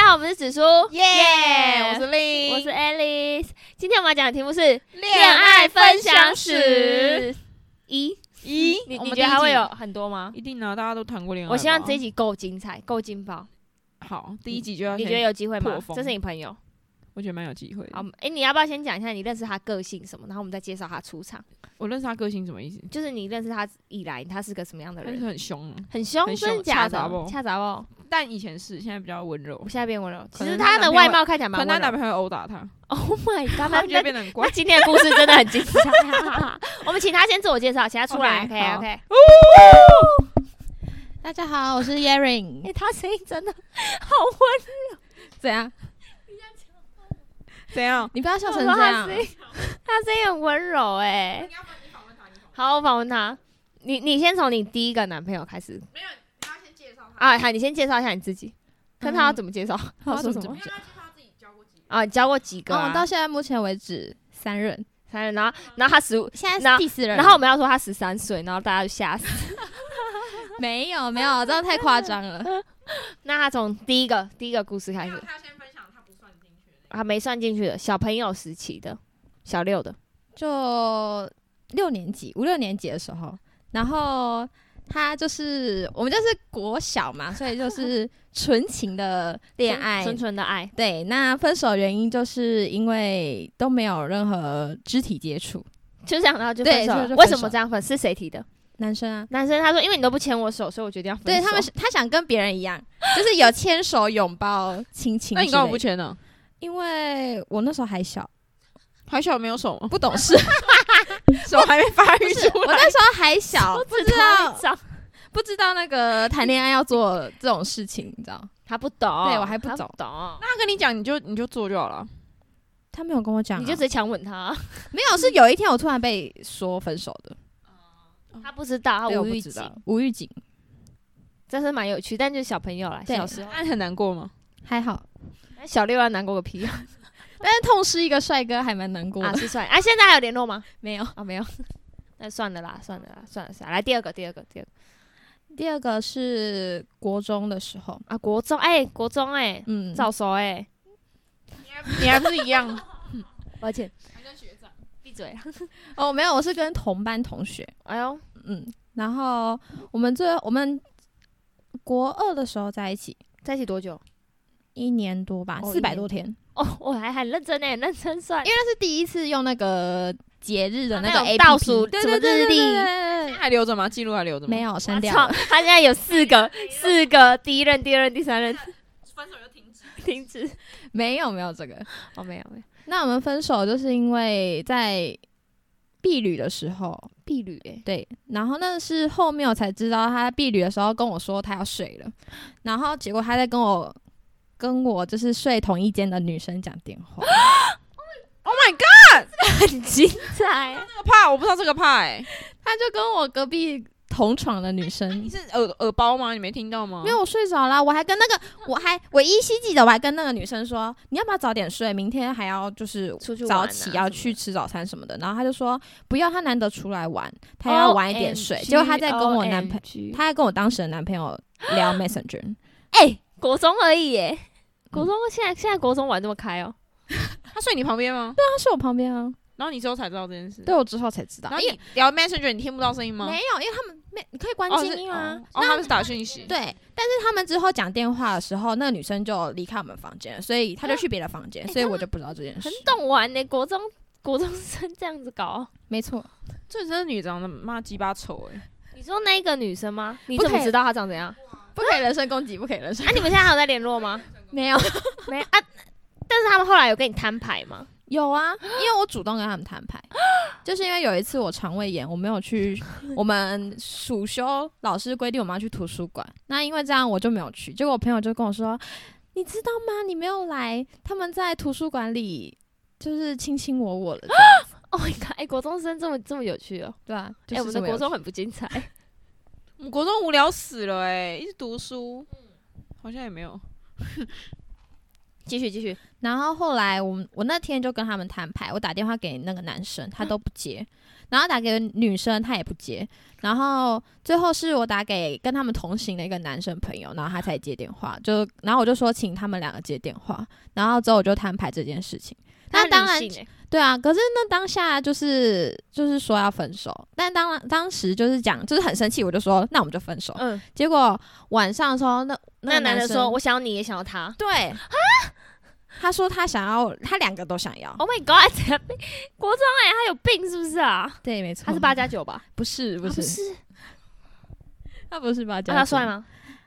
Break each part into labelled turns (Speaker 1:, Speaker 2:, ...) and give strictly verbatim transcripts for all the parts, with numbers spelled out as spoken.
Speaker 1: 好，我们是紫苏，
Speaker 2: 耶、yeah, 我是Lin，
Speaker 1: 我是 Alice。今天我们要讲的题目是
Speaker 2: 恋爱分享史
Speaker 1: 一。
Speaker 2: 一，
Speaker 1: 你你觉得还会有很多吗？
Speaker 2: 一定啊，大家都谈过恋爱。
Speaker 1: 我希望这一集够精彩，够劲爆。
Speaker 2: 好，第一集就要。
Speaker 1: 你觉得有机会吗？这是你朋友。
Speaker 2: 我觉得蛮有机会的。
Speaker 1: 好，哎、欸，你要不要先讲一下你认识他个性什么，然后我们再介绍他出场？
Speaker 2: 我认识他个性什么意思？
Speaker 1: 就是你认识他以来，他是个什么样的人？
Speaker 2: 他是很凶，
Speaker 1: 很凶，真的假的？恰杂不？
Speaker 2: 但以前是，现在比较温柔。
Speaker 1: 我现在变温柔。其实他的外貌看起来蛮温柔。
Speaker 2: 可能他男朋友殴打他。
Speaker 1: Oh my god！
Speaker 2: 他觉得变得很乖。
Speaker 1: 那今天的故事真的很精彩。我们请他先自我介绍，请他出来。OK OK, okay。
Speaker 3: 大家好，我是 Yerin。
Speaker 1: 哎、欸，他声音真的好温柔。
Speaker 3: 怎样？
Speaker 2: 怎样？
Speaker 3: 你不要笑成这样。
Speaker 1: 他声音很温柔哎、欸。好，我访问他。你你先从你第一个男朋友开始。
Speaker 3: 没有，你要先介绍他。
Speaker 1: 啊，好，你先介绍一下你自己。看他要怎么介绍？嗯、他要说什么？啊，你交过几个、啊？
Speaker 3: 哦，到现在目前为止三任，
Speaker 1: 三任。然后，然后他十五，
Speaker 3: 现在是第四任。
Speaker 1: 然后我们要说他十三岁，然后大家就吓死。
Speaker 3: 没有没有，这样太夸张了。
Speaker 1: 那他从第一个第一个故事开始。
Speaker 2: 他先分享他不算进去的。
Speaker 1: 他没算进去的，小朋友时期的，小六的，
Speaker 3: 就六年级、五六年级的时候，然后他就是我们就是国小嘛，所以就是纯情的恋爱，
Speaker 1: 纯纯的爱。
Speaker 3: 对，那分手原因就是因为都没有任何肢体接触，
Speaker 1: 就这样，然后就分手了。
Speaker 3: 对，
Speaker 1: 为什么这样分？是谁提的？
Speaker 3: 男生啊，
Speaker 1: 男生他说，因为你都不牵我手，所以我决定要分手。
Speaker 3: 对他们，他想跟别人一样，就是有牵手、拥抱、亲亲。
Speaker 2: 那你干嘛不牵呢？
Speaker 3: 因为我那时候还小，
Speaker 2: 还小没有手吗？
Speaker 3: 不懂事，
Speaker 2: 手还没发育出来。
Speaker 3: 我那时候还小，不知道，不知道那个谈恋爱要做这种事情，你知道？
Speaker 1: 他不懂，
Speaker 3: 对我还不懂。
Speaker 1: 懂
Speaker 2: 那他跟你讲，你就你就做就好了。
Speaker 3: 他没有跟我讲、啊，
Speaker 1: 你就直接强吻他。
Speaker 3: 没有，是有一天我突然被说分手的。
Speaker 1: 他不知道，他无预警，
Speaker 3: 无预警，
Speaker 1: 真是蛮有趣。但就是小朋友啦，小时候，
Speaker 2: 那很难过吗？
Speaker 3: 还好，
Speaker 1: 小六要难过个屁啊！
Speaker 3: 但是痛失一个帅哥还蛮难过的。
Speaker 1: 啊，是帅啊！现在还有联络吗？
Speaker 3: 没有
Speaker 1: 啊，没有。那算了啦，算了啦，算了算了。来第二个，第二个，第二个，
Speaker 3: 第二个是国中的时候
Speaker 1: 啊，国中哎、欸，国中哎、欸，
Speaker 3: 嗯，
Speaker 1: 早熟哎、欸，
Speaker 2: 你还不是一样？
Speaker 1: 抱歉，还跟学长闭嘴啊！
Speaker 3: 哦，没有，我是跟同班同学。
Speaker 1: 哎呦。
Speaker 3: 嗯，然后我们这我们国二的时候在一起，
Speaker 1: 在一起多久？
Speaker 3: 一年多吧，四百、哦、多天。
Speaker 1: 哦，我还很认真诶，认真算，
Speaker 3: 因为那是第一次用那个节日的那个 A P P
Speaker 1: 倒数
Speaker 3: 什
Speaker 1: 么日历，
Speaker 2: 还留着吗？记录还留着吗？
Speaker 3: 没有，删掉了。
Speaker 1: 他现在有四个，四个，第一任、第二任、第三任，
Speaker 2: 分手就停止，
Speaker 1: 停止。
Speaker 3: 没有，没有这个，
Speaker 1: 哦，没有，没有。
Speaker 3: 那我们分手就是因为在毕旅的时候，
Speaker 1: 毕旅哎，
Speaker 3: 对，然后那是后面我才知道，他毕旅的时候跟我说他要睡了，然后结果他在跟我跟我就是睡同一间的女生讲电话。
Speaker 2: Oh my god，
Speaker 1: 很精彩。
Speaker 2: 这个怕我不知道这个怕哎、欸，
Speaker 3: 他就跟我隔壁同床的女生，
Speaker 2: 你是耳耳包吗？你没听到吗？
Speaker 3: 没有，我睡着了。我还跟那个，我还我依稀记得，我还跟那个女生说，你要不要早点睡？明天还要就是早起要去吃早餐什么的。然后他就说不要，他难得出来玩，他要晚一点睡。结果他在跟我男朋友，他在跟我当时的男朋友聊 Messenger。
Speaker 1: 哎、欸，国中而已耶，国中现在现在国中玩这么开哦、喔。
Speaker 2: 他睡你旁边吗？
Speaker 3: 对啊，他睡我旁边啊。
Speaker 2: 然后你之后才知道这件事？
Speaker 3: 对，我之后才知道。
Speaker 2: 然后你聊 Messenger 你听不到声音吗？
Speaker 3: 没有，因为他们没你可以关静音啊。
Speaker 2: 哦，他们是打讯息。
Speaker 3: 对，但是他们之后讲电话的时候，那个女生就离开我们房间，所以他就去别的房间、欸，所以我就不知道这件事。
Speaker 1: 很懂玩呢、欸，国中国中生这样子搞，
Speaker 3: 没错。
Speaker 2: 这真的女长得妈鸡巴丑哎！
Speaker 1: 你说那个女生吗？你怎么知道她长怎样？
Speaker 3: 不可以人身攻击，不可以人身攻击。
Speaker 1: 啊，你们现在还有在联络吗？
Speaker 3: 没有，
Speaker 1: 没啊。但是他们后来有跟你摊牌吗？
Speaker 3: 有啊，因为我主动跟他们摊牌，就是因为有一次我肠胃炎，我没有去，我们暑修老师规定我们要去图书馆，那因为这样我就没有去，结果我朋友就跟我说，你知道吗？你没有来，他们在图书馆里就是卿卿我我了。
Speaker 1: Oh my god！ 哎、欸，国中生这么这么有趣哦、喔，
Speaker 3: 对啊，
Speaker 1: 哎、就是欸，我们的国中很不精彩，
Speaker 2: 我们国中无聊死了哎、欸，一直读书，好像也没有。
Speaker 1: 继续继续，
Speaker 3: 然后后来我我那天就跟他们摊牌，我打电话给那个男生，他都不接，然后打给女生，他也不接，然后最后是我打给跟他们同行的一个男生朋友，然后他才接电话，就然后我就说请他们两个接电话，然后之后我就摊牌这件事情。那当然，对啊，可是那当下就是就是说要分手，但当当时就是讲就是很生气，我就说那我们就分手。嗯，结果晚上的时候，那
Speaker 1: 那个男的说我想要你也想要他，
Speaker 3: 对啊，他说他想要，他两个都想要。
Speaker 1: Oh my god！ 国中哎、欸，他有病是不是啊？
Speaker 3: 对，没错，
Speaker 1: 他是八加九吧？
Speaker 3: 不是，不是，
Speaker 1: 啊、不是，
Speaker 3: 他不是八加九。
Speaker 1: 啊、他帅吗？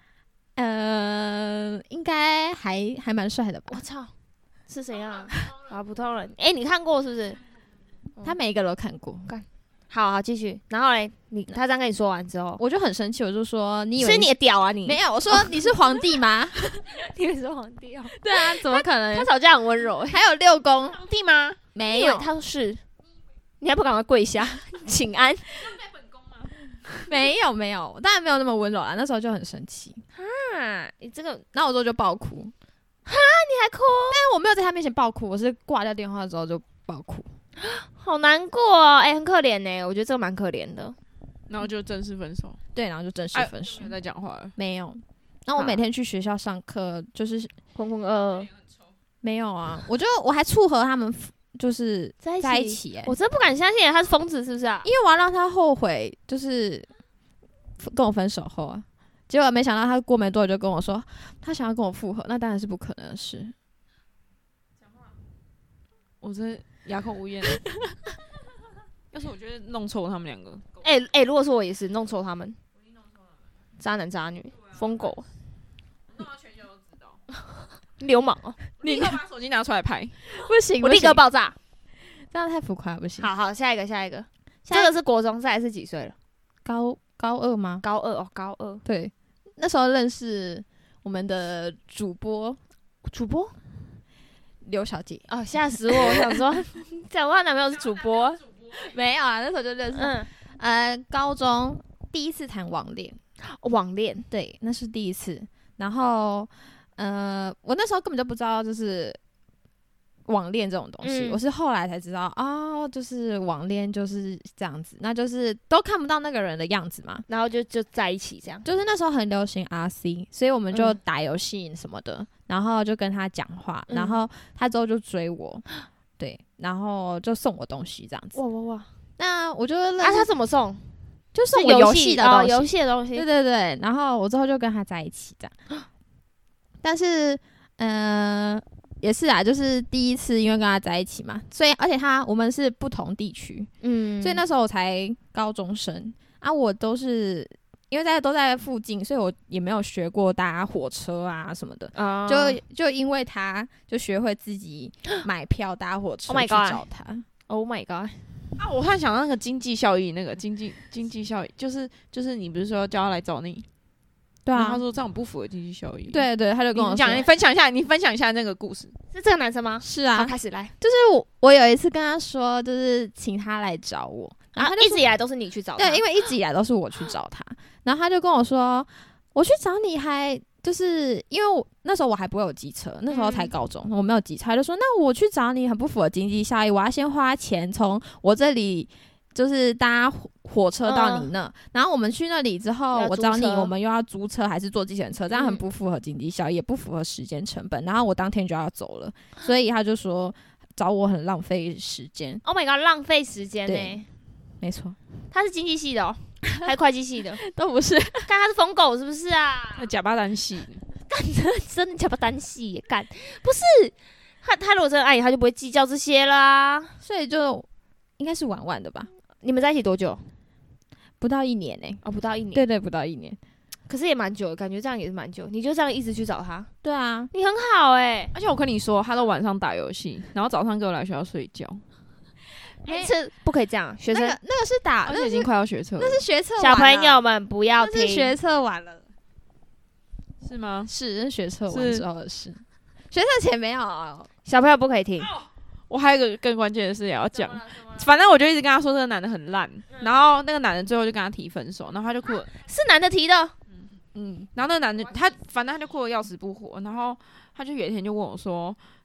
Speaker 3: 呃，应该还还蛮帅的吧？
Speaker 1: 我操！是谁啊？啊，普通人。哎、欸，你看过是不是？
Speaker 3: 他每一个都看过。
Speaker 1: 干，好好继续。然后嘞，你他这样跟你说完之后，
Speaker 3: 我就很生气，我就说你以为
Speaker 1: 是你的屌啊你？
Speaker 3: 没有，我说你是皇帝吗？
Speaker 1: 你以为是皇帝哦？
Speaker 3: 对啊，怎么可能？
Speaker 1: 他吵架很温柔、欸，
Speaker 3: 还有六宫
Speaker 1: 皇帝吗？
Speaker 3: 没有，
Speaker 1: 他说是。你还不赶快跪下请安？
Speaker 3: 没有没有，当然没有那么温柔啦。那时候就很生气
Speaker 1: 啊！你这个，
Speaker 3: 然后我之后就爆哭。
Speaker 1: 哈，你还哭？
Speaker 3: 但是我没有在他面前爆哭，我是挂掉电话之后就爆哭，
Speaker 1: 好难过哦！哎、欸，很可怜呢，我觉得这个蛮可怜的。
Speaker 2: 然后就正式分手。
Speaker 3: 对，然后就正式分手。
Speaker 2: 没、哎、在讲话了？
Speaker 3: 没有。然后我每天去学校上课，就是
Speaker 1: 浑浑噩噩。
Speaker 3: 没有啊，我就我还撮合他们，就是
Speaker 1: 在一起。
Speaker 3: 在一起欸、
Speaker 1: 我真不敢相信他是疯子，是不是啊？
Speaker 3: 因为我要让他后悔，就是跟我分手后啊。结果没想到他过没多久就跟我说他想要跟我复合，那当然是不可能的事。
Speaker 2: 我真哑口无言。要是我觉得弄臭他们两个，
Speaker 1: 哎、欸、哎、欸，如果说我也是弄臭他们，渣男渣女，疯狗，
Speaker 2: 弄到全球都知道，
Speaker 1: 流氓哦！
Speaker 2: 你立刻把手机拿出来拍，
Speaker 3: 不行，
Speaker 1: 我立刻爆炸，
Speaker 3: 这样太浮夸了，不行。
Speaker 1: 好好，下一个，下一个，这个是国中，再来是几岁了？
Speaker 3: 高高二吗？
Speaker 1: 高二哦，高二。
Speaker 3: 对。那时候认识我们的主播，
Speaker 1: 主播
Speaker 3: 刘小姐
Speaker 1: 哦，吓死我！我想说，讲我男朋友是主播，
Speaker 3: 没有啊，那时候就认识。嗯，呃，高中第一次谈网恋，
Speaker 1: 网恋，
Speaker 3: 对，那是第一次。然后，呃，我那时候根本就不知道就是网恋这种东西、嗯，我是后来才知道哦，就是网恋就是这样子，那就是都看不到那个人的样子嘛，
Speaker 1: 然后就就在一起这样。
Speaker 3: 就是那时候很流行 R C， 所以我们就打游戏什么的、嗯，然后就跟他讲话、嗯，然后他之后就追我，对，然后就送我东西这样子。
Speaker 1: 哇哇哇！
Speaker 3: 那我就
Speaker 1: 啊，他怎么送？
Speaker 3: 就送我游戏的东西，
Speaker 1: 游戏、哦、的东西。
Speaker 3: 对对对，然后我之后就跟他在一起这样。但是，嗯、呃。也是啊，就是第一次因为跟他在一起嘛，所以而且他我们是不同地区，嗯，所以那时候我才高中生啊，我都是因为在都在附近，所以我也没有学过搭火车啊什么的，哦、就就因为他就学会自己買票搭火车去找他。
Speaker 1: Oh my god！
Speaker 2: 啊，我幻想那个经济效益，那个经济经济效益，就是就是你不是说叫他来找你？对啊，他说这样不符合经济效益。
Speaker 3: 对对，他就跟我
Speaker 2: 讲，你分享一下，你分享一下那个故事。
Speaker 1: 是这个男生吗？
Speaker 3: 是啊，
Speaker 1: 好，开始来。
Speaker 3: 就是我，我有一次跟他说，就是请他来找我，然后他就
Speaker 1: 一直以来都是你去找他。
Speaker 3: 对，因为一直以来都是我去找他，然后他就跟我说，我去找你还就是因为我那时候我还不会有机车，那时候才高中，嗯、我没有机车，他就说那我去找你很不符合经济效益，我要先花钱从我这里。就是搭火车到你那、嗯，然后我们去那里之后，我找你，我们又要租车还是坐计程车，这样很不符合经济效益，也不符合时间成本。然后我当天就要走了，所以他就说找我很浪费时间。
Speaker 1: Oh my god， 浪费时间呢、欸？
Speaker 3: 没错，
Speaker 1: 他是经济系的哦，还是会计系的？
Speaker 3: 都不是。
Speaker 1: 看他是疯狗是不是啊？
Speaker 2: 他假巴单系，
Speaker 1: 干真的假巴单系耶？干不是他，他如果真的爱你，他就不会计较这些啦。
Speaker 3: 所以就应该是玩玩的吧。
Speaker 1: 你们在一起多久？
Speaker 3: 不到一年呢、欸。
Speaker 1: 哦，不到一年。
Speaker 3: 对对，不到一年。
Speaker 1: 可是也蛮久的，感觉这样也是蛮久。你就这样一直去找他？
Speaker 3: 对啊，
Speaker 1: 你很好哎、欸。
Speaker 2: 而且我跟你说，他都晚上打游戏，然后早上跟我来学校睡觉。
Speaker 1: 哎、欸，这不可以这样。学生、
Speaker 3: 那个、那个是打，
Speaker 2: 而且已经快要学测了。
Speaker 3: 那是学测。
Speaker 1: 小朋友们不要听。
Speaker 3: 那是学测完了。
Speaker 2: 是吗？
Speaker 3: 是，是学测完之后的事。学测前没有、哦。
Speaker 1: 小朋友不可以听。
Speaker 2: 哦我还有一个更关键的事也要讲，反正我就一直跟他说这个男的很烂、嗯，然后那个男的最后就跟他提分手，然后他就哭了，
Speaker 1: 是男的提的，
Speaker 2: 嗯嗯，然后那个男的他反正他就哭得要死不活，然后他就有一天就问我说，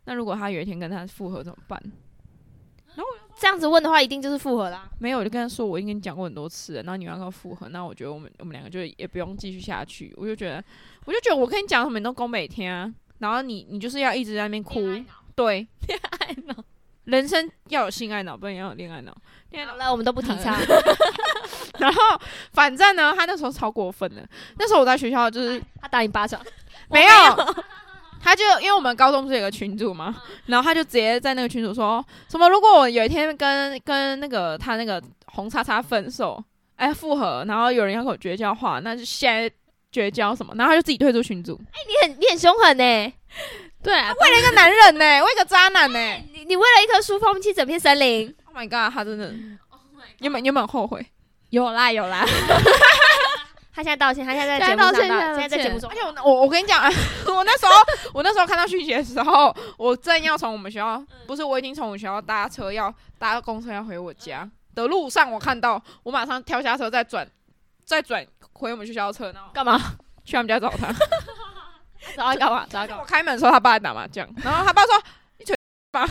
Speaker 2: 那如果他有一天跟他复合怎么办？然后
Speaker 1: 这样子问的话，一定就是复合啦。
Speaker 2: 没有，我就跟他说，我已经跟你讲过很多次了，然后你要跟我复合，那我觉得我们我们两个就也不用继续下去。我就觉得，我就觉得我跟你讲什么你都讲不听啊，然后你你就是要一直在那边哭，对，
Speaker 3: 恋爱脑，
Speaker 2: 人生要有性爱脑，不然要有恋爱脑。
Speaker 1: 好了，我们都不提倡。
Speaker 2: 然后反正呢，他那时候超过分的。那时候我在学校就是
Speaker 1: 他打你巴掌，
Speaker 2: 没有。他就因为我们高中不是有个群组嘛，然后他就直接在那个群组说什么，如果我有一天跟跟那个他那个红叉叉分手，哎复合，然后有人要跟我绝交的话，那就现在绝交什么，然后他就自己退出群组。
Speaker 1: 哎、欸，你很你很凶狠呢、欸。
Speaker 3: 对啊，
Speaker 2: 为了一个男人呢、欸，为一个渣男呢、欸，
Speaker 1: 你你为了一棵树放弃整片森林。
Speaker 2: Oh my god， 他真的，有没有有没有后悔？
Speaker 3: 有啦有啦。
Speaker 1: 他现在道歉，他现在在节目上道歉，现在在节目中。
Speaker 2: 而且我我我跟你讲，我那时候我那时候看到讯息的时候，我正要从我们学校，不是我已经从我们学校搭车要搭公车要回我家的路上，我看到我马上跳下车，再转再转回我们学校的车，然后
Speaker 1: 干嘛？
Speaker 2: 去他们家找他。
Speaker 1: 找他干嘛？找他干嘛？
Speaker 2: 我开门的时候，他爸在打麻将，然后他爸说：“你腿吧。”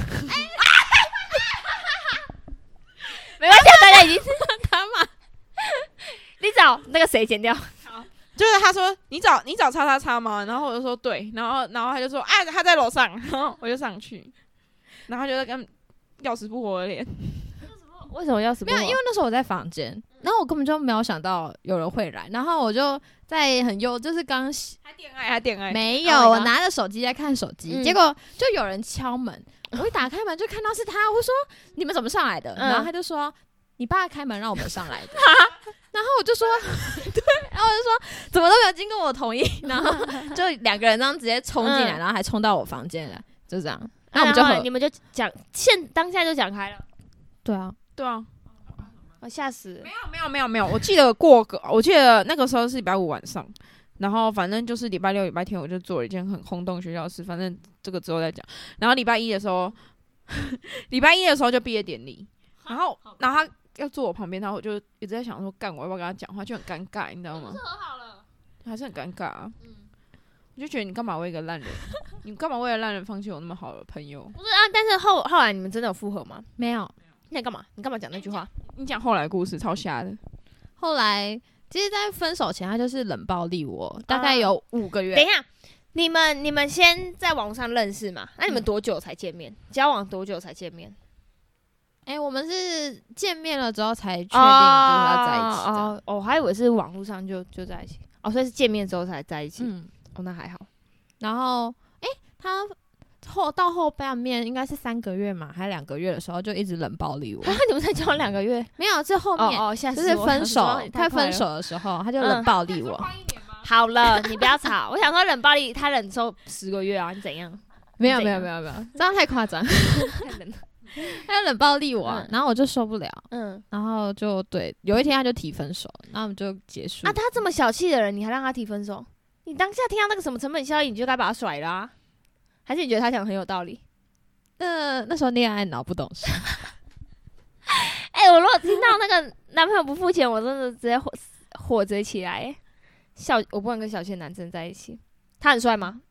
Speaker 1: 没关系，大家已经知道他嘛。你找那个谁剪掉？
Speaker 2: 就是他说你找你找叉叉叉吗？然后我就说对，然后然后他就说啊他在楼上，然后我就上去，然后他就在跟要死不活的脸。
Speaker 1: 为什么要死不活？
Speaker 3: 没有，因为那时候我在房间，然后我根本就没有想到有人会来，然后我就在很幼，就是刚
Speaker 2: 他恋爱他恋爱
Speaker 3: 没有，
Speaker 1: Oh my
Speaker 3: 我
Speaker 1: God
Speaker 3: 拿着手机在看手机，
Speaker 1: 嗯
Speaker 3: 结果就有人敲门，我一打开门就看到是他，我说你们怎么上来的？
Speaker 1: 嗯
Speaker 3: 然后他就说你爸开门让我们上来的。然后我就说，对，然后我就说怎么都没有经过我同意，然后就两个人这样直接冲进来，
Speaker 1: 嗯
Speaker 3: 然后还冲到我房间来，就这样。
Speaker 1: 那我们
Speaker 3: 那我们就和
Speaker 1: 就你们就讲现当下就讲开了。
Speaker 3: 对啊，
Speaker 2: 对啊，
Speaker 1: 我吓死了。
Speaker 2: 没有没有没有没有，我记得过个，我记得那个时候是礼拜五晚上，然后反正就是礼拜六、礼拜天我就做了一件很轰动学校的事，反正这个之后再讲。然后礼拜一的时候，礼拜一的时候就毕业典礼，然后然后他要坐我旁边，然后我就一直在想说，干我要不要跟他讲话，就很尴尬，你知道吗？
Speaker 1: 和好了，
Speaker 2: 还是很尴尬啊。
Speaker 1: 嗯，
Speaker 2: 我就觉得你干嘛为一个烂人，你干嘛为了烂人放弃我那么好的朋友？
Speaker 1: 不是啊，但是后后来你们真的有复合吗？
Speaker 3: 没有。
Speaker 1: 那你干嘛？你干嘛讲那句话？
Speaker 2: 你讲后来的故事超瞎的。
Speaker 3: 后来其实，在分手前他就是冷暴力我，大概有五个月。
Speaker 1: 等一下，你们你们先在网上认识嘛？那你们多久才见面？交往多久才见面？
Speaker 3: 哎、欸，我们是见面了之后才确定就是要在一起的。
Speaker 1: 哦，我、哦、还以为是网络上就就在一起。哦，所以是见面之后才在一起。
Speaker 3: 嗯，
Speaker 1: 哦，那还好。
Speaker 3: 然后，哎、欸，他后到后半面应该是三个月嘛，还两个月的时候就一直冷暴力我。
Speaker 1: 你们才交往两个月？
Speaker 3: 没有，这后面
Speaker 1: 哦哦，吓死
Speaker 3: 就是分手快分手
Speaker 1: 了
Speaker 3: 的时候，他就冷暴力我。
Speaker 1: 嗯、好了，你不要吵。我想说冷暴力，他忍受十个月啊，你怎样？
Speaker 3: 没有没有没有没有，这样太夸张。
Speaker 1: 太冷了。
Speaker 3: 他就冷暴力我、啊
Speaker 1: 嗯，
Speaker 3: 然后我就受不了，
Speaker 1: 嗯，
Speaker 3: 然后就对，有一天他就提分手，然后我们就结束。
Speaker 1: 啊，他这么小气的人，你还让他提分手？你当下听到那个什么成本效应，你就该把他甩了啊？还是你觉得他讲的很有道理？
Speaker 3: 呃，那时候恋爱脑不懂事。
Speaker 1: 哎、欸，我如果听到那个男朋友不付钱，我真的直接火火嘴起来、欸。小，我不能跟小气的男生在一起。他很帅吗？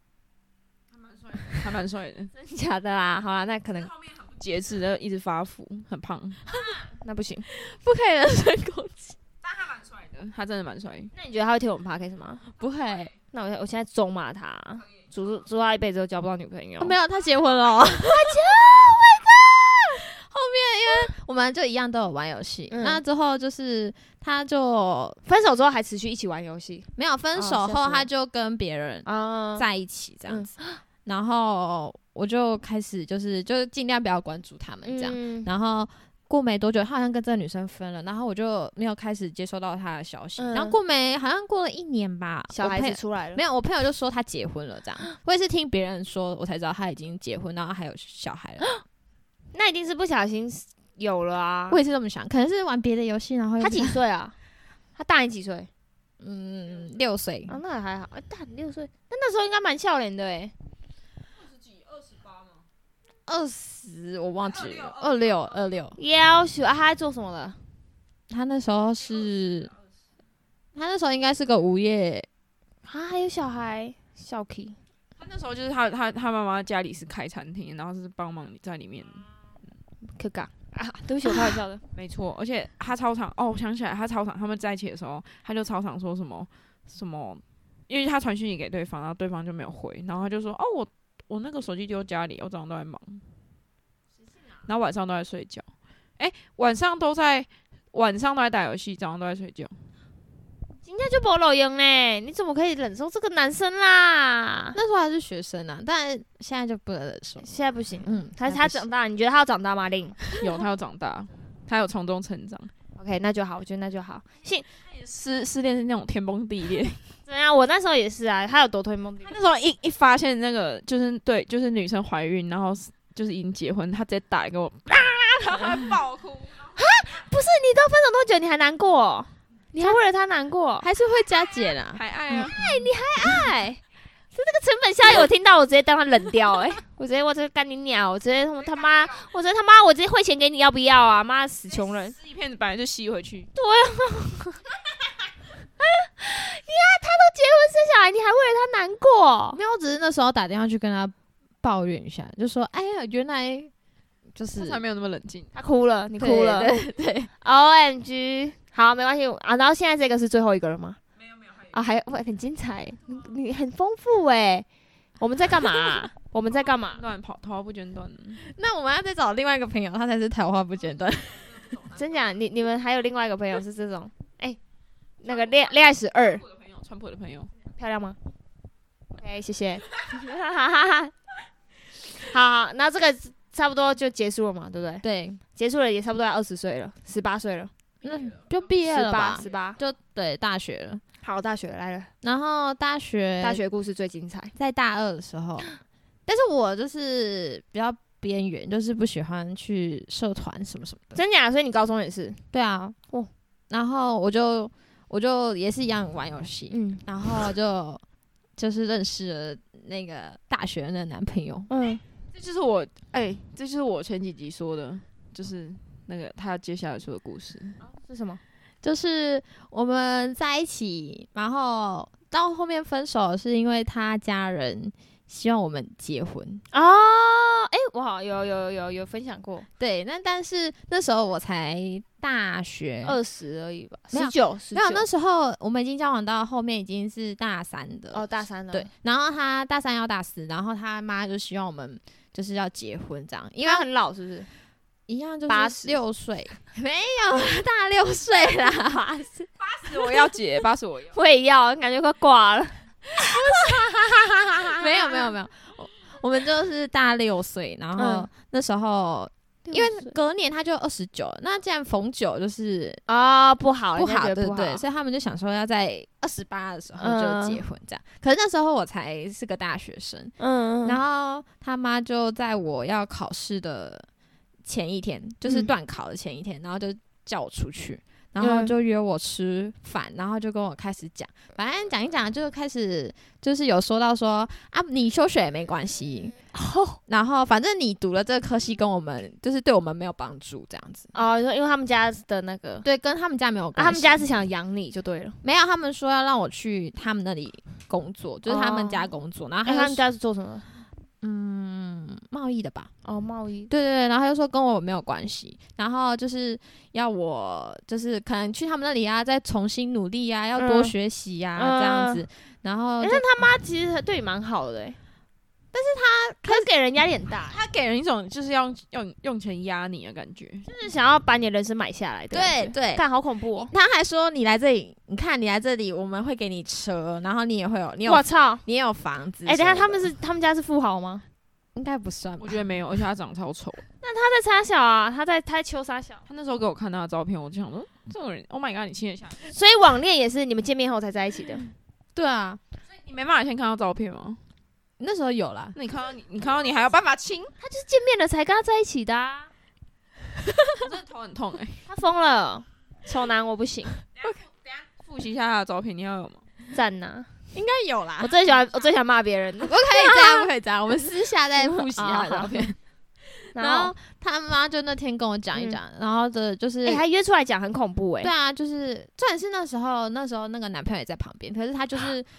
Speaker 2: 还蛮帅的，
Speaker 1: 真假的啦？好啦，那可能
Speaker 2: 节制的一直发福，很胖，
Speaker 1: 那不行，
Speaker 3: 不可以人身攻击。
Speaker 2: 但他蛮帅的，他真的蛮帅。
Speaker 1: 那你觉得他会听我们 podcast 吗？
Speaker 3: 不会。
Speaker 1: 那我我现在咒骂他，祝祝他一辈子都交不到女朋友。
Speaker 3: 哦、没有，他结婚了。他结婚 ，Oh my god！ 后面因为我们就一样都有玩游戏、嗯，那之后就是他就
Speaker 1: 分手之后还持续一起玩游戏，
Speaker 3: 没有分手后他就跟别人在一起这样子。嗯，然后我就开始就是就是尽量不要关注他们这样、嗯，然后过没多久，他好像跟这个女生分了，然后我就没有开始接收到他的消息。嗯、然后过没好像过了一年吧，
Speaker 1: 小孩子出来了，
Speaker 3: 没有，我朋友就说他结婚了这样，我也是听别人说，我才知道他已经结婚，然后还有小孩了。
Speaker 1: 那一定是不小心有了啊！
Speaker 3: 我也是这么想，可能是玩别的游戏，然后
Speaker 1: 他几岁啊？他大你几岁？
Speaker 3: 嗯，六岁。
Speaker 1: 啊，那还好，欸、大你六岁，那那时候应该蛮笑脸的哎。
Speaker 3: 二十，我忘记了，二六二六。
Speaker 1: 要求啊，他在做什么的？
Speaker 3: 他那时候是，他那时候应该是个无业。
Speaker 1: 啊，还有小孩，小 K。
Speaker 2: 他那时候就是他他他妈妈家里是开餐厅，然后是帮忙在里面。
Speaker 1: 可嘎啊！对不起，我开玩笑的。
Speaker 2: 没错，而且他超常哦，我想起来，他超常他们在一起的时候，他就超常说什么什么，因为他传讯息给对方，然后对方就没有回，然后他就说哦，我我那个手机丢家里，我早上都在忙，然后晚上都在睡觉。哎、欸，晚上都在晚上都在打游戏，早上都在睡觉。
Speaker 1: 人家就不露用呢，你怎么可以忍受这个男生啦？
Speaker 3: 那时候还是学生啊，但现在就不能忍受。
Speaker 1: 现在不行，
Speaker 3: 嗯，
Speaker 1: 还是他长大？你觉得他要长大吗？令
Speaker 2: 有，他有长大，他有从中成长。
Speaker 1: OK， 那就好，我觉得那就好。信
Speaker 2: 失失恋是那种天崩地裂。
Speaker 1: 怎么样？我那时候也是啊，他有多天崩地裂？
Speaker 2: 他那时候一一发现那个就是对，就是女生怀孕，然后就是已经结婚，他直接打来给我，啊，然后他爆哭。
Speaker 1: 啊，不是，你都分手多久，你还难过、哦？你还为了他难过？
Speaker 3: 还是会加减啊？
Speaker 2: 还爱啊？
Speaker 1: 爱、嗯、你还爱？是这个成本效益，我听到我直接当他冷掉、欸，哎，我直接我直接干你鸟，我直接他妈，我直接他妈，我直接汇钱给你，要不要啊？妈死穷人！
Speaker 2: 撕一片子本来就吸回去。
Speaker 1: 对啊，你看他都结婚生小孩，你还为了他难过？
Speaker 3: 没有，我只是那时候打电话去跟他抱怨一下，就说：“哎呀，原来就是
Speaker 2: 他才没有那么冷静。”
Speaker 1: 他哭了，你哭了，
Speaker 3: 对 对, 對
Speaker 1: ，O M G。好，没关系啊。然后现在这个是最后一个了吗？
Speaker 2: 没有没有，还有
Speaker 1: 啊，还有很精彩，你你很丰富哎。我们在干嘛、啊？我们在干嘛？
Speaker 2: 乱跑，桃花不间断。
Speaker 3: 那我们要再找另外一个朋友，他才是桃花不间断。
Speaker 1: 真假？你你们还有另外一个朋友是这种？哎、欸，那个恋恋爱史二，
Speaker 2: 川普的朋友
Speaker 1: 漂亮吗 ？OK， 谢谢。好好，那这个差不多就结束了嘛，对不对？
Speaker 3: 对，
Speaker 1: 结束了也差不多要二十岁了，十八岁了。
Speaker 3: 那就毕业了吧？
Speaker 1: 十八，
Speaker 3: 就对，大学了。
Speaker 1: 好，大学来了。
Speaker 3: 然后大学，
Speaker 1: 大学故事最精彩，
Speaker 3: 在大二的时候。但是我就是比较边缘，就是不喜欢去社团什么什么的。
Speaker 1: 真假？所以你高中也是？
Speaker 3: 对啊。哦。然后我就我就也是一样玩游戏，嗯，然后就就是认识了那个大学的男朋友，
Speaker 1: 嗯，
Speaker 2: 这就是我哎、欸，这就是我前几集说的，就是那个他接下来说的故事。
Speaker 1: 是什么？
Speaker 3: 就是我们在一起，然后到后面分手是因为他家人希望我们结婚
Speaker 1: 哦。哎、欸，我好有有有有分享过。
Speaker 3: 对，那但是那时候我才大学
Speaker 1: 二十而已吧，
Speaker 3: 十
Speaker 1: 九
Speaker 3: 没有，那时候我们已经交往到后面已经是大三的
Speaker 1: 哦，大三了。
Speaker 3: 对，然后他大三要大四，然后他妈就希望我们就是要结婚这样，因为
Speaker 1: 他很老是不是？
Speaker 3: 一样就是六岁，没有大六岁啦，八十
Speaker 2: 八十我要结，八十我要，
Speaker 1: 我也要，感觉快挂了。
Speaker 3: 没有没有没有，我们就是大六岁，然后那时候、嗯、因为隔年他就二十九，那既然逢九就是
Speaker 1: 啊、哦、不好
Speaker 3: 不好，对
Speaker 1: 不好
Speaker 3: 对，所以他们就想说要在二十八的时候就结婚这样、嗯。可是那时候我才是个大学生，嗯，然后他妈就在我要考试的前一天，就是段考的前一天，然后就叫我出去，然后就约我吃饭，然后就跟我开始讲，反正讲一讲就开始就是有说到说啊，你休学也没关系、哦，然后反正你读了这个科系跟我们就是对我们没有帮助这样子
Speaker 1: 哦，因为他们家的那个
Speaker 3: 对跟他们家没有关系、
Speaker 1: 啊，他们家是想养你就对了，
Speaker 3: 没有，他们说要让我去他们那里工作，就是他们家工作，哦、然后他、
Speaker 1: 欸、他们家是做什么？
Speaker 3: 嗯，贸易的吧？
Speaker 1: 哦，贸易。
Speaker 3: 对对对，然后他就说跟我没有关系，然后就是要我就是可能去他们那里啊，再重新努力啊，要多学习啊、嗯、这样子。然后，
Speaker 1: 但、欸、他妈其实对你蛮好的、欸，但是他可是给人压力很大、欸，
Speaker 2: 他给人一种就是要用用钱压你的感觉，
Speaker 1: 就是想要把你的人生买下来的。
Speaker 3: 对对，
Speaker 1: 看好恐怖哦。
Speaker 3: 他还说你来这里，你看你来这里，我们会给你车，然后你也会有，你有，
Speaker 1: 我操，
Speaker 3: 你也有房子。
Speaker 1: 哎、欸，等一下他们是他们家是富豪吗？
Speaker 3: 应该不算吧，
Speaker 2: 我觉得没有，而且他长得超丑。
Speaker 1: 那他在差小啊，他在他在秋沙小。
Speaker 2: 他那时候给我看他的照片，我就想说，这种人 ，Oh my god， 你亲得下去？
Speaker 1: 所以网恋也是你们见面后才在一起的。
Speaker 3: 对啊，
Speaker 2: 所以你没办法先看到照片吗？
Speaker 3: 那时候有啦，
Speaker 2: 那你看到你，你看到你还有办法亲？
Speaker 1: 他就是见面了才跟他在一起的、啊。
Speaker 2: 我真的头很痛哎、欸，
Speaker 1: 他疯了，丑男我不行。
Speaker 2: 等一下复习一下他的照片，你要有吗？
Speaker 1: 赞呐。
Speaker 3: 应该有啦，
Speaker 1: 我最喜欢，我最喜欢骂别人。
Speaker 3: 不可以这样，不可以这样。我们私下再复习他的照片。然后他妈就那天跟我讲一讲、嗯，然后的就是，
Speaker 1: 哎、欸，还约出来讲，很恐怖哎、欸。
Speaker 3: 对啊，就是，重点是那时候，那时候那个男朋友也在旁边，可是他就是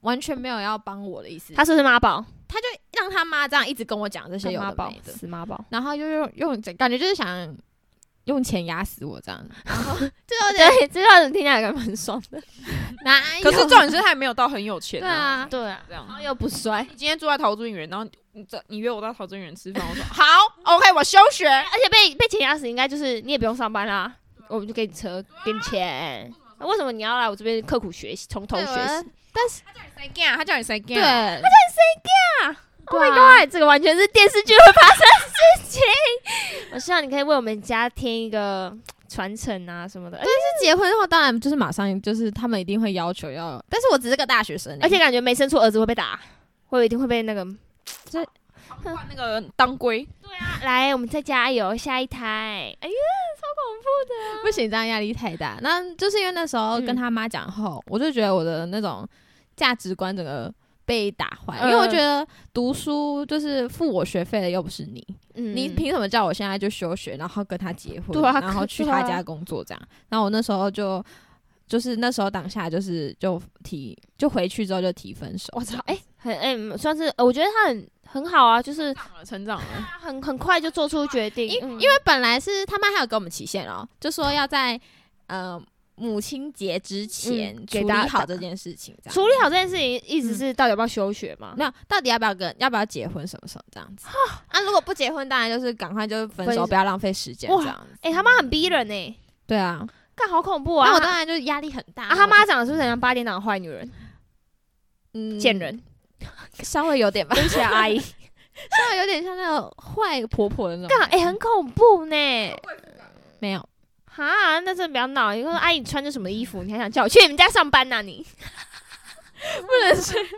Speaker 3: 完全没有要帮我的意思，
Speaker 1: 他是不是妈宝？
Speaker 3: 他就让他妈这样一直跟我讲这些有
Speaker 1: 妈宝
Speaker 3: 的没，的，
Speaker 1: 死妈宝。
Speaker 3: 然后又用用感觉就是想用钱压死我这样，然后就有点
Speaker 1: 对，这段听起来感觉蛮爽的。
Speaker 3: 哪有？
Speaker 2: 可是重点是他也没有到很有钱
Speaker 3: 对啊，
Speaker 1: 对啊，
Speaker 2: 这样
Speaker 1: 然后又不帅，
Speaker 2: 你今天住在桃尊园，然后你这你约我到桃尊园吃饭，我说好 ，OK， 我休学。
Speaker 1: 而且被被钱压死，应该就是你也不用上班啦，我们就给你车，给你钱。那为什么你要来我这边刻苦学习，从头学习？
Speaker 3: 但是
Speaker 2: 他叫你塞 gay， 他叫你塞 gay，
Speaker 3: 对，
Speaker 2: 他
Speaker 3: 叫
Speaker 1: Oh my god， 这个完全是电视剧会发生的事情。我希望你可以为我们家添一个传承啊什么的，而且
Speaker 3: 是结婚的话，当然就是马上就是他们一定会要求要，但是我只是个大学生欸，
Speaker 1: 而且感觉没生出儿子会被打，会一定会被那个。
Speaker 2: 换那个当归。
Speaker 1: 对啊，来，我们再加油，下一胎。哎呀，超恐怖的。
Speaker 3: 不行，这样压力太大。那就是因为那时候跟他妈讲后，我就觉得我的那种价值观整个被打坏，
Speaker 1: 嗯
Speaker 3: 因为我觉得读书就是付我学费的又不是你，
Speaker 1: 嗯
Speaker 3: 你凭什么叫我现在就休学，然后跟他结婚，
Speaker 1: 对啊
Speaker 3: 然后去他家工作这样？然后我那时候就就是那时候当下就是就提就回去之后就提分手。
Speaker 1: 我操，哎、很哎、算是呃我觉得他很很好啊，就是
Speaker 2: 成长了，
Speaker 1: 他很很快就做出决定，
Speaker 3: 因、
Speaker 1: 嗯
Speaker 3: 因为本来是他妈还有给我们期限哦，就说要在呃母亲节之前
Speaker 1: 嗯
Speaker 3: 处理
Speaker 1: 给大
Speaker 3: 好这件事情，这样
Speaker 1: 处理好这件事情，意思是到底要不要休学嘛？
Speaker 3: 没有到底要不要跟要不要结婚什么什么这样子啊？如果不结婚，当然就是赶快就分手，
Speaker 1: 分手
Speaker 3: 不要浪费时间
Speaker 1: 哇
Speaker 3: 这样子。
Speaker 1: 哎、他妈很逼人呢、欸，
Speaker 3: 对啊，
Speaker 1: 干好恐怖啊！
Speaker 3: 那我当然就压力很大
Speaker 1: 啊，他妈长得是不是很像八点档的坏女人？
Speaker 3: 嗯
Speaker 1: 贱人，
Speaker 3: 稍微有点吧，
Speaker 1: 对不起啊，阿姨。
Speaker 3: 稍微有点像那种坏婆婆的那种
Speaker 1: 干哎、
Speaker 3: 感觉。
Speaker 1: 很恐怖呢。
Speaker 3: 没有，
Speaker 1: 哈，那真的不要闹！你说阿姨你穿着什么衣服？你还想叫我去你们家上班呐、你
Speaker 3: 不能是
Speaker 1: 你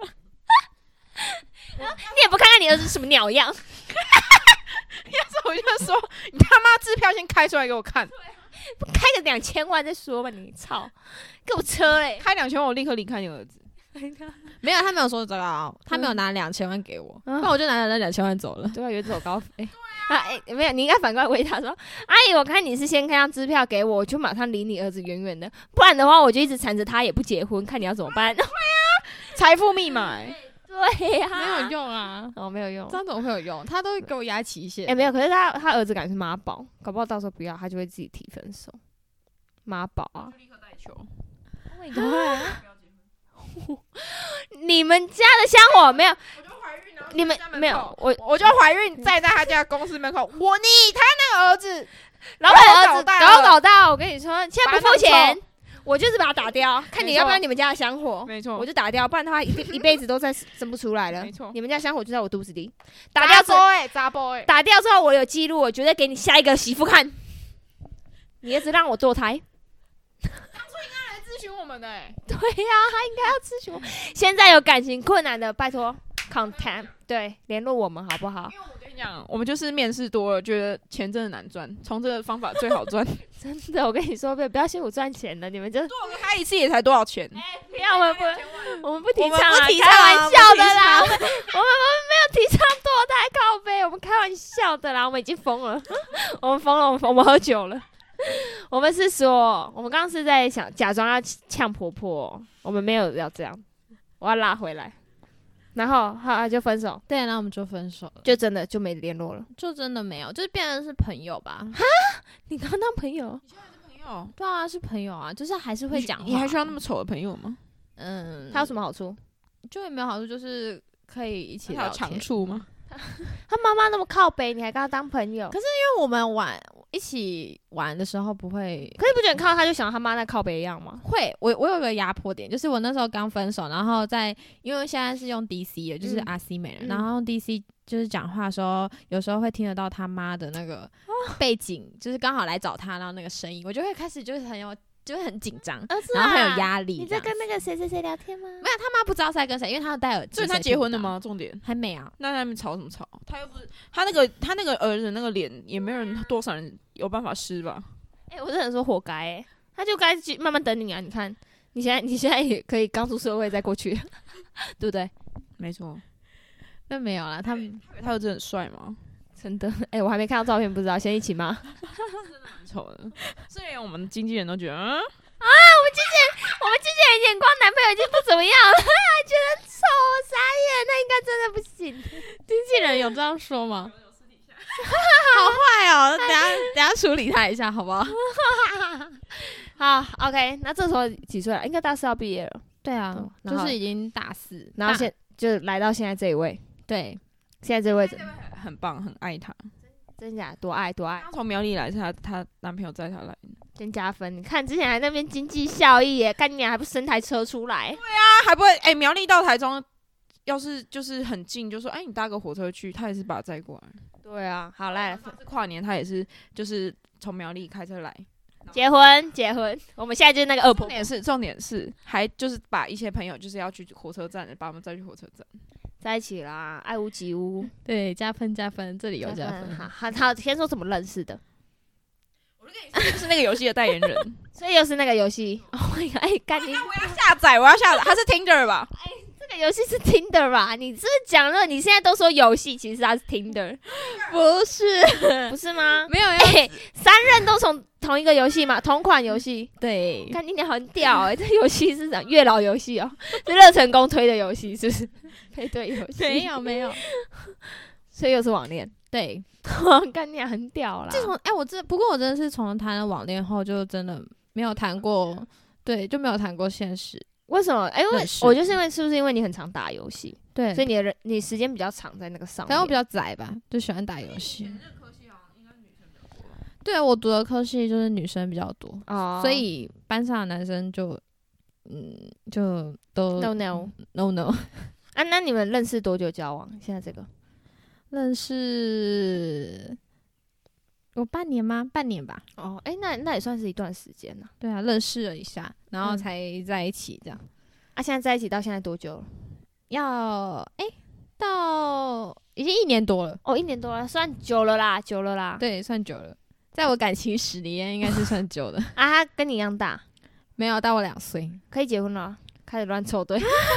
Speaker 1: 也不看看你儿子什么鸟样？
Speaker 2: 要是我就说你他妈支票先开出来给我看，
Speaker 1: 不开个两千万再说吧！你操，给我车嘞！
Speaker 2: 开两千万我立刻离开你儿子。
Speaker 3: 没有，他没有说这个啊，他没有拿两千万给我，
Speaker 1: 嗯
Speaker 3: 那我就拿了那两千万走了。
Speaker 1: 对啊，有走高飞。啊，哎、没有，你应该反过来回答说：“阿姨，我看你是先开张支票给我，我就马上离你儿子远远的，不然的话我就一直缠着他，也不结婚，看你要怎么办。
Speaker 2: 财富密码、欸，
Speaker 1: 对呀、
Speaker 3: 没有用啊，
Speaker 1: 哦，没有用
Speaker 3: 这。样怎么会有用？他都给我压期限。
Speaker 1: 哎、没有，可是他他儿子感觉是妈宝，搞不好到时候不要，他就会自己提分手。妈宝啊！
Speaker 2: 立刻带球。
Speaker 1: 你们家的香火没有？你们没有我
Speaker 2: 我就怀孕站在他家公司门口，我你他那个儿子，
Speaker 1: 老板儿子
Speaker 2: 搞大
Speaker 1: 搞
Speaker 2: 了
Speaker 1: 搞大，我跟你说，现在不付
Speaker 2: 把他
Speaker 1: 钱
Speaker 2: 弄，
Speaker 1: 我就是把他打掉，看你
Speaker 2: 没错
Speaker 1: 要不要你们家的香火。
Speaker 2: 没错，
Speaker 1: 我就打掉，不然的话一定一辈子都再生不出来了。
Speaker 2: 没错
Speaker 1: 你们家香火就在我肚子里，打掉之后，
Speaker 2: 哎，杂波哎，
Speaker 1: 打掉之后我有记录，我绝对给你下一个媳妇看。你儿子让我堕胎，
Speaker 2: 来咨询我们的哎，
Speaker 1: 对呀、他应该要咨询我。现在有感情困难的，拜托 contact 对联络我们好不好？
Speaker 2: 因为我跟你讲，我们就是面试多了，觉得钱真的难赚，从这个方法最好赚。
Speaker 1: 真的，我跟你说，不要不要辛苦赚钱了，你们就
Speaker 2: 做个开一次也才多少钱？
Speaker 1: 不要，我们不，我们不提
Speaker 3: 我们
Speaker 1: 倡啊，
Speaker 3: 不提倡啊
Speaker 1: 开玩笑的啦，我
Speaker 3: 不
Speaker 1: 们我们我们没有提倡堕胎靠背，我们开玩笑的啦，我们已经疯了，我们疯了，我们我们喝酒了。我们是说，我们刚刚是在想假装要呛婆婆，我们没有要这样，我要拉回来，然后好就分手，
Speaker 3: 对，那我们就分手了，
Speaker 1: 就真的就没联络了。
Speaker 3: 就真的没有，就是变成是朋友吧。
Speaker 1: 你刚当朋友，
Speaker 2: 朋友，
Speaker 3: 对啊，是朋友啊，就是还是会讲话。
Speaker 2: 你还需要那么丑的朋友吗？
Speaker 3: 嗯，
Speaker 1: 他有什么好处？
Speaker 3: 就有没有好处？就是可以一起
Speaker 2: 还有
Speaker 3: 聊天。
Speaker 2: 长处吗？
Speaker 1: 他妈妈那么靠北，你还跟他当朋友？可是
Speaker 3: 因为我们玩一起玩的时候不会
Speaker 1: 可是不觉得看到他就想到他妈那靠北一样吗？
Speaker 3: 会，我我有个压迫点，就是我那时候刚分手，然后在因为现在是用 D C 的，就是
Speaker 1: 嗯
Speaker 3: R C 美人，
Speaker 1: 嗯
Speaker 3: 然后用 D C 就是讲话的时候，有时候会听得到他妈的那个背景，就是刚好来找他，然后那个声音，我就会开始就是很有，就会很紧张，
Speaker 1: 儿子
Speaker 3: 然后很有压力。
Speaker 1: 你在跟那
Speaker 3: 个
Speaker 1: 个谁谁谁聊天吗？
Speaker 3: 没有，他妈不知道是在跟谁，因为他有戴耳机，
Speaker 2: 所以他
Speaker 3: 所以听不到？
Speaker 2: 结婚了吗？重点，
Speaker 3: 还没啊。
Speaker 2: 那他们吵什么吵？他又不是他那个他那个儿子那个脸，也没有人多少人有办法施吧？
Speaker 1: 哎、我只能说活该哎、他就该去慢慢等你啊！你看，你现在你现在也可以刚出社会再过去，对不对？
Speaker 2: 没错，
Speaker 3: 那没有啦，他们
Speaker 2: 他儿子很帅吗？
Speaker 1: 真的，哎、我还没看到照片，不知道，先一起吗？
Speaker 2: 很丑的，虽然我们经纪人都觉得，嗯，
Speaker 1: 我们经纪人，我们经纪人眼光男朋友已经不怎么样了，还觉得丑，傻眼，那应该真的不行。
Speaker 3: 经纪人有这样说吗？好坏哦，等下等下处理他一下，好不好？
Speaker 1: 好 ，OK， 那这时候几岁了？应该大四要毕业了。
Speaker 3: 对啊，
Speaker 1: 然后
Speaker 3: 就是已经大四，
Speaker 1: 然后
Speaker 3: 大
Speaker 1: 现就来到现在这一位，
Speaker 3: 对，
Speaker 1: 现在这位真
Speaker 2: 很棒，很爱他。
Speaker 1: 真假多爱多爱，
Speaker 2: 她从苗栗来，是她她男朋友载她来的。
Speaker 1: 先加分。你看之前还那边经济效益耶，干你娘还不生台车出来？
Speaker 2: 他还不会哎、欸，苗栗到台中，要是就是很近，就说哎、欸，你搭个火车去，他也是把他载过来。
Speaker 1: 对啊，好来，
Speaker 2: 跨年他也是就是从苗栗开车来。
Speaker 1: 结婚结婚，我们现在就是那个二婆
Speaker 2: 重点是重点是还就是把一些朋友就是要去火车站的，把我们载去火车站。
Speaker 1: 在一起啦，爱屋及乌，
Speaker 3: 对，加分加分，这里有加分。
Speaker 1: 好，好，好，先说怎么认识的，
Speaker 2: 就是那个游戏的代言人，
Speaker 1: 所以又是那个游戏。哦，哎，干你！
Speaker 2: 我要下载，我要下载，他是 Tinder 吧？
Speaker 1: 这个游戏是 Tinder 吧？你是不是讲了？你现在都说游戏，其实它是 Tinder，
Speaker 3: 不是，
Speaker 1: 不是吗？
Speaker 3: 没有要、
Speaker 1: 欸、三任都从同一个游戏嘛，同款游戏。
Speaker 3: 对，
Speaker 1: 看你俩很屌哎、欸！这游戏是什么月老游戏哦，是乐成功推的游戏，是不是？配对游戏
Speaker 3: 没有没有，
Speaker 1: 所以又是网恋。
Speaker 3: 对，
Speaker 1: 干你俩很屌啦！
Speaker 3: 自从哎、我这不过我真的是从谈了网恋后，就真的没有谈过，对，就没有谈过现实。
Speaker 1: 为什么？哎、因为
Speaker 3: 认识
Speaker 1: 我就是因为是不是因为你很常打游戏，
Speaker 3: 对，
Speaker 1: 所以你的人你时间比较长在那个上面。
Speaker 3: 可能我比较宅吧，就喜欢打游戏。对啊，我读的科系就是女生比较多，
Speaker 1: 哦，
Speaker 3: 所以班上的男生就嗯就都
Speaker 1: no no
Speaker 3: no no
Speaker 1: 啊，那你们认识多久交往？现在这个
Speaker 3: 认识有半年吗？半年吧。
Speaker 1: 哦，哎、那那也算是一段时间了。
Speaker 3: 对啊，认识了一下，然后
Speaker 1: 嗯
Speaker 3: 才在一起这样。
Speaker 1: 啊，现在在一起到现在多久了？
Speaker 3: 要哎、到已经一年多了，
Speaker 1: 哦，一年多了，算久了啦，久了啦。
Speaker 3: 对，算久了，在我感情史里面应该是算久的。
Speaker 1: 啊，他跟你一样大，
Speaker 3: 没有，大我两岁。
Speaker 1: 可以结婚了，开始乱凑对。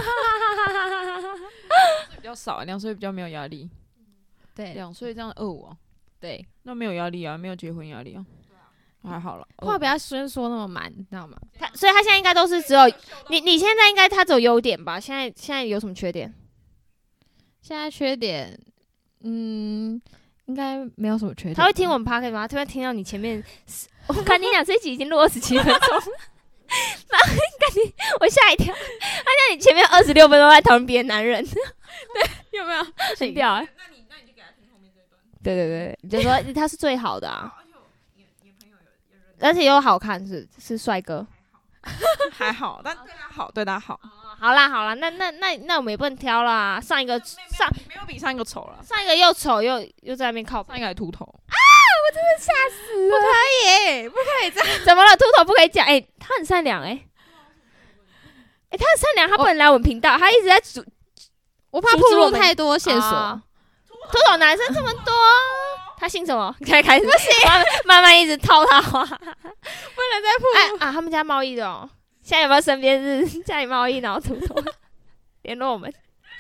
Speaker 2: 比较少，两岁比较没有压力。
Speaker 3: 对
Speaker 2: 两岁这样二五啊，
Speaker 3: 对，
Speaker 2: 那没有压力啊，没有结婚压力啊，还好了。
Speaker 3: 话不要先说那么满，你知道吗？
Speaker 1: 他，所以他现在应该都是只有你，你现在应该他只有优点吧？现在现在有什么缺点？
Speaker 3: 现在缺点，嗯，应该没有什么缺点。
Speaker 1: 他会听我们 podcast 吗？他会听到你前面，我看你俩这一集已经录二十七分钟，然后看你，我吓一跳，他像你前面二十六分钟在讨论别的男人，
Speaker 3: 有没有？
Speaker 1: 很屌哎、那你那你就给他听后面这段。对对对，你就说他是最好的啊，而且又好看，是是帅哥。
Speaker 2: 还好，但对他好，对他好。
Speaker 1: 好啦好啦，那那那那我们也不能挑啦。上一个上
Speaker 2: 没有比上一个丑了，
Speaker 1: 上一个又丑又又在那边靠背
Speaker 2: 上一个还秃头。
Speaker 1: 我真的吓死了！不可以，不可以这样。怎么了？秃头不可以讲？哎、欸，他很善良哎、欸，哎、欸，他很善良，他不能来我们频道，他一直在阻，
Speaker 3: 我怕暴露太多线索。
Speaker 1: 啊、秃头男生这么多，他姓什么？开开始不行，慢慢慢一直套他话，不能再暴露。哎啊，他们家贸易的哦，现在有没有身边是家里贸易然后秃头联络我们？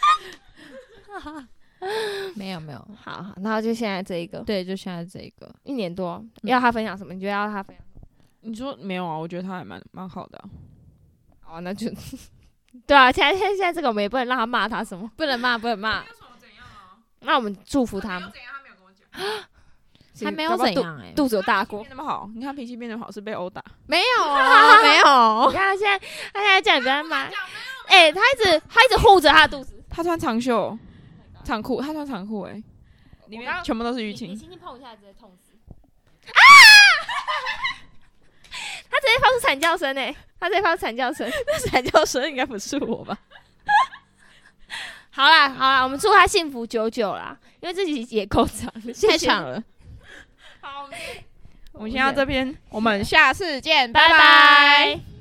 Speaker 3: 没有没有，
Speaker 1: 好，好，然后就现在这一个，
Speaker 3: 对，就现在这一个
Speaker 1: 一年多，要他分享什么？你觉得要他分享什么？
Speaker 2: 你说没有啊？我觉得他还蛮蛮好的、啊。
Speaker 1: 哦，那就对啊，现在现在现在这个我们也不能让他骂他什么，
Speaker 3: 不能骂，不能骂。
Speaker 1: 那我们祝福他们。
Speaker 3: 还没有怎样哎、欸，
Speaker 1: 肚子有大过，
Speaker 2: 变那么好，你看脾气变得好是被殴打？
Speaker 3: 没有啊，没有。
Speaker 1: 你看他现在，他现在叫你不要骂，哎、欸，他一直他一直护着他的肚子，
Speaker 2: 他穿长袖、长裤，他穿长裤哎、欸，里面全部都是淤青。
Speaker 1: 你轻轻碰一下，直接痛死。啊！他直接发出惨叫声哎、欸，他直接发出惨叫声，
Speaker 2: 那惨叫声应该不是我吧？
Speaker 1: 好啦好啦，我们祝他幸福久久啦，因为这集也够长了，
Speaker 3: 太长了。
Speaker 2: 好，我们先到这边，我们下次见，
Speaker 1: 拜拜。